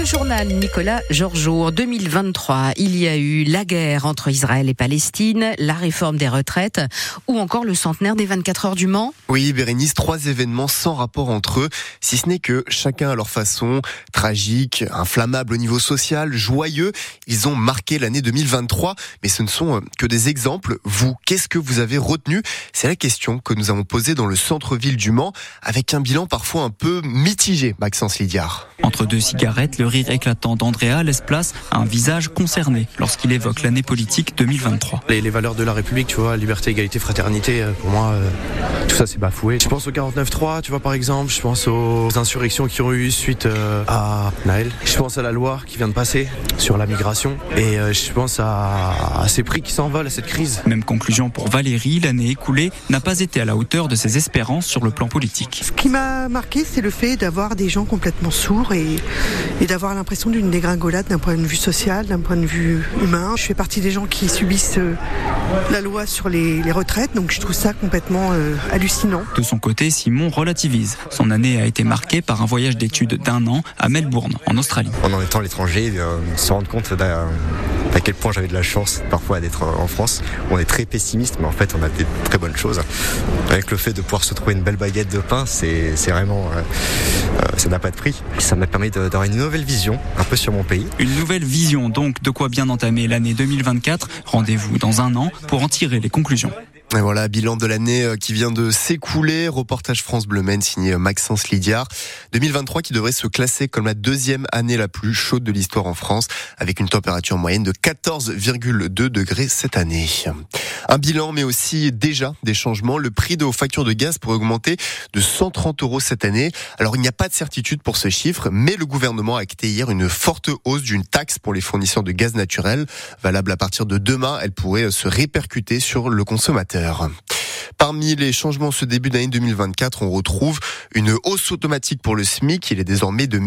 journal Nicolas Georgeot. En 2023, il y a eu la guerre entre Israël et Palestine, la réforme des retraites ou encore le centenaire des 24 heures du Mans. Oui, Bérénice, 3 événements sans rapport entre eux, si ce n'est que chacun à leur façon, tragique, inflammable au niveau social, joyeux. Ils ont marqué l'année 2023, mais ce ne sont que des exemples. Vous, qu'est-ce que vous avez retenu ? C'est la question que nous avons posée dans le centre-ville du Mans, avec un bilan parfois un peu mitigé, Maxence Lidiard. Entre deux cigarettes, le rire éclatant d'Andrea laisse place à un visage concerné lorsqu'il évoque l'année politique 2023. Les valeurs de la République, tu vois, liberté, égalité, fraternité, pour moi, tout ça c'est bafoué. Je pense au 49.3, tu vois, par exemple, je pense aux insurrections qui ont eu suite à Naël. Je pense à la loi qui vient de passer sur la migration et je pense à ces prix qui s'envolent, à cette crise. Même conclusion pour Valérie, l'année écoulée n'a pas été à la hauteur de ses espérances sur le plan politique. Ce qui m'a marqué, c'est le fait d'avoir des gens complètement sourds et d'avoir l'impression d'une dégringolade d'un point de vue social, d'un point de vue humain. Je fais partie des gens qui subissent la loi sur les retraites, donc je trouve ça complètement hallucinant. De son côté, Simon relativise. Son année a été marquée par un voyage d'études d'1 an à Melbourne, en Australie. En étant à l'étranger, se rendre compte à quel point j'avais de la chance parfois d'être en France. On est très pessimiste, mais en fait on a des très bonnes choses. Avec le fait de pouvoir se trouver une belle baguette de pain, c'est vraiment, ça n'a pas de prix. Ça m'a permis d'avoir une nouvelle vision un peu sur mon pays. Une nouvelle vision donc, de quoi bien entamer l'année 2024. Rendez-vous dans 1 an pour en tirer les conclusions. Et voilà, bilan de l'année qui vient de s'écouler. Reportage France Bleu Maine signé Maxence Lidiard. 2023 qui devrait se classer comme la 2e année la plus chaude de l'histoire en France, avec une température moyenne de 14,2 degrés cette année. Un bilan, mais aussi déjà des changements. Le prix de vos factures de gaz pourrait augmenter de 130 € cette année. Alors, il n'y a pas de certitude pour ce chiffre, mais le gouvernement a acté hier une forte hausse d'une taxe pour les fournisseurs de gaz naturel. Valable à partir de demain, elle pourrait se répercuter sur le consommateur. Parmi les changements ce début d'année 2024, on retrouve une hausse automatique pour le SMIC. Il est désormais de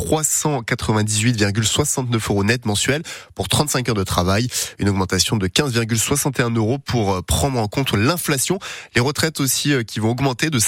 1398,69 € net mensuel pour 35 heures de travail. Une augmentation de 15,61 € pour prendre en compte l'inflation. Les retraites aussi qui vont augmenter de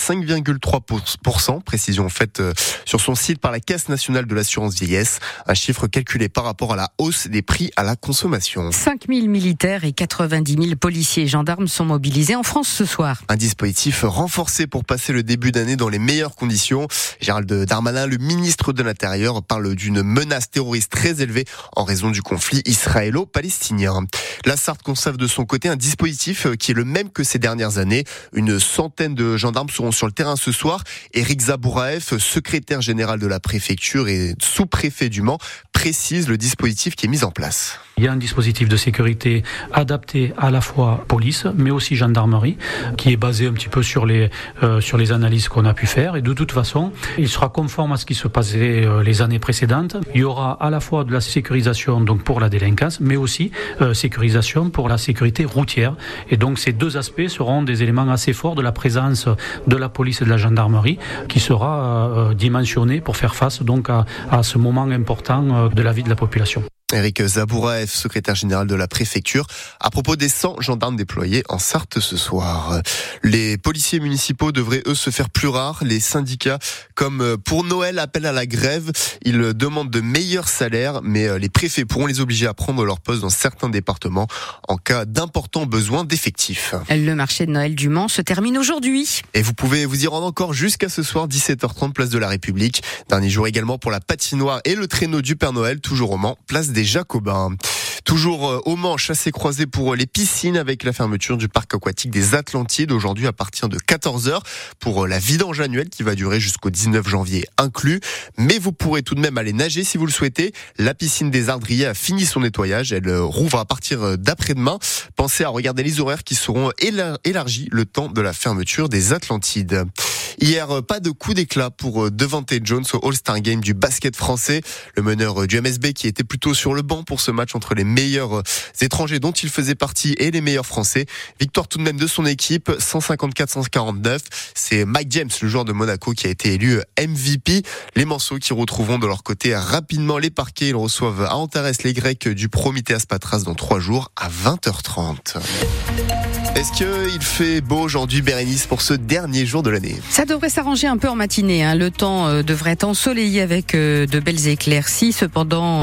5,3%. Précision faite sur son site par la Caisse nationale de l'assurance vieillesse. Un chiffre calculé par rapport à la hausse des prix à la consommation. 5000 militaires et 90 000 policiers et gendarmes sont mobilisés en France ce soir. Un dispositif renforcé pour passer le début d'année dans les meilleures conditions. Gérald Darmanin, le ministre de l'Intérieur, parle d'une menace terroriste très élevée en raison du conflit israélo-palestinien. La Sarthe conserve de son côté un dispositif qui est le même que ces dernières années. Une centaine de gendarmes seront sur le terrain ce soir. Éric Zabouraeff, secrétaire général de la préfecture et sous-préfet du Mans, précise le dispositif qui est mis en place. Il y a un dispositif de sécurité adapté à la fois police, mais aussi gendarmerie, qui est basé un petit peu sur les analyses qu'on a pu faire. Et de toute façon, il sera conforme à ce qui se passait les années précédentes. Il y aura à la fois de la sécurisation donc pour la délinquance, mais aussi sécurisation pour la sécurité routière. Et donc ces deux aspects seront des éléments assez forts de la présence de la police et de la gendarmerie, qui sera dimensionnée pour faire face donc à ce moment important de la vie de la population. Éric Zabouraeff, secrétaire général de la préfecture, à propos des 100 gendarmes déployés en Sarthe ce soir. Les policiers municipaux devraient eux se faire plus rares. Les syndicats, comme pour Noël, appellent à la grève. Ils demandent de meilleurs salaires, mais les préfets pourront les obliger à prendre leur poste dans certains départements en cas d'importants besoins d'effectifs. Le marché de Noël du Mans se termine aujourd'hui. Et vous pouvez vous y rendre encore jusqu'à ce soir, 17h30, place de la République. Dernier jour également pour la patinoire et le traîneau du Père Noël, toujours au Mans, place des Jacobins. Toujours au Mans, chassé-croisé pour les piscines avec la fermeture du parc aquatique des Atlantides aujourd'hui à partir de 14h pour la vidange annuelle qui va durer jusqu'au 19 janvier inclus. Mais vous pourrez tout de même aller nager si vous le souhaitez. La piscine des Ardriers a fini son nettoyage. Elle rouvre à partir d'après-demain. Pensez à regarder les horaires qui seront élargis le temps de la fermeture des Atlantides. Hier, pas de coup d'éclat pour Devante Jones au All-Star Game du basket français. Le meneur du MSB qui était plutôt sur le banc pour ce match entre les meilleurs étrangers dont il faisait partie et les meilleurs français. Victoire tout de même de son équipe, 154-149. C'est Mike James, le joueur de Monaco, qui a été élu MVP. Les Manceaux qui retrouveront de leur côté rapidement les parquets. Ils reçoivent à Antares les Grecs du Prometheas Patras dans 3 jours à 20h30. Est-ce qu'il fait beau aujourd'hui, Bérénice, pour ce dernier jour de l'année? Ça devrait s'arranger un peu en matinée. Le temps devrait être ensoleillé avec de belles éclaircies. Cependant,